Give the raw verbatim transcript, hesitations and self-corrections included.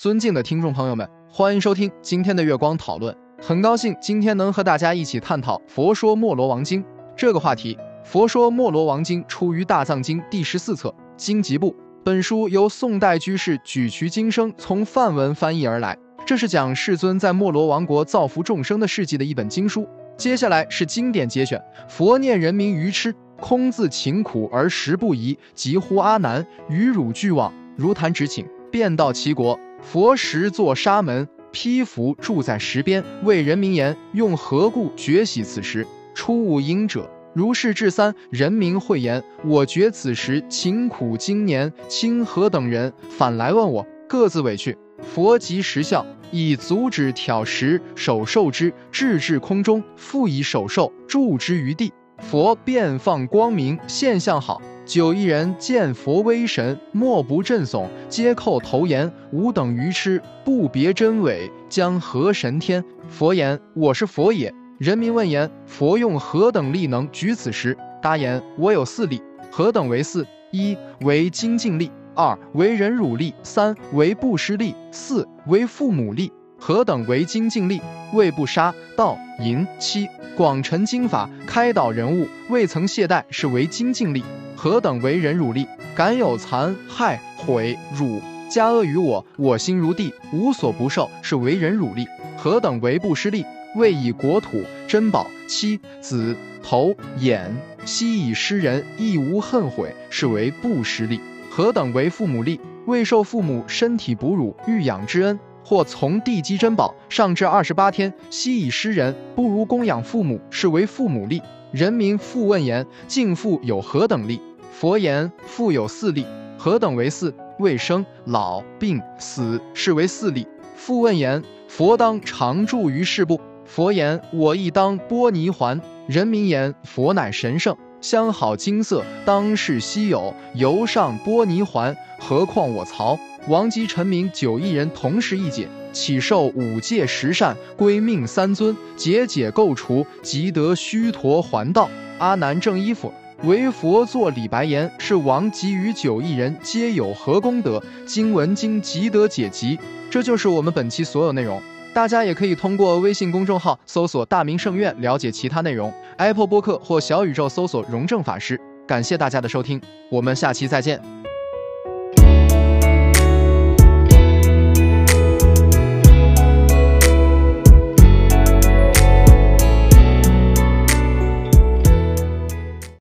尊敬的听众朋友们，欢迎收听今天的月光讨论。很高兴今天能和大家一起探讨《佛说摩罗王经》这个话题。《佛说摩罗王经》出于大藏经第十四册经集部，本书由宋代居士举渠经生从梵文翻译而来，这是讲世尊在摩罗王国造福众生的事迹的一本经书。接下来是经典节选：佛念人民愚痴，空自勤苦而食不宜，急呼阿难，与汝俱往，如弹指请，便到其国。佛时坐沙门，披服住在石边，为人民言：用何故觉喜此时？出无因者。如是至三，人民会言：我觉此时勤苦经年，卿何等人反来问我，各自委去。佛即时笑，以足指挑石，手受之，置至空中，复以手受住之于地。佛便放光明，现象好。九亿人见佛威神，莫不震悚，皆叩头言：吾等愚痴，不别真伪，将何神天？佛言：我是佛也。人民问言：佛用何等力能举此时？答言：我有四力。何等为四？一为精进力，二为忍辱力，三为布施力，四为父母力。何等为精进力？为不杀盗淫欺，广陈经法，开导人物，未曾懈怠，是为精进力。何等为忍辱力？敢有残害毁辱加恶于我，我心如地，无所不受，是为忍辱力。何等为布施力？为以国土珍宝妻子头眼悉以施人，亦无恨悔，是为布施力。何等为父母力？为受父母身体哺乳育养之恩，或从地积珍宝上至二十八天，悉以施人，不如供养父母，是为父母力。人民复问言：敬父有何等力？佛言：父有四力。何等为四？为生老病死，是为四力。复问言：佛当常住于世不？佛言：我亦当波尼环。人民言：佛乃神圣，相好金色，当世稀有，犹上波尼环，何况我曹王及臣民九亿人同时一解，启受五戒十善，归命三尊，解解构除，即得须陀环道。阿难正衣服，为佛作礼白言：是王及于九亿人皆有何功德？今闻经即得解集。这就是我们本期所有内容。大家也可以通过微信公众号搜索大明圣院了解其他内容， Apple 播客或小宇宙搜索荣正法师。感谢大家的收听，我们下期再见。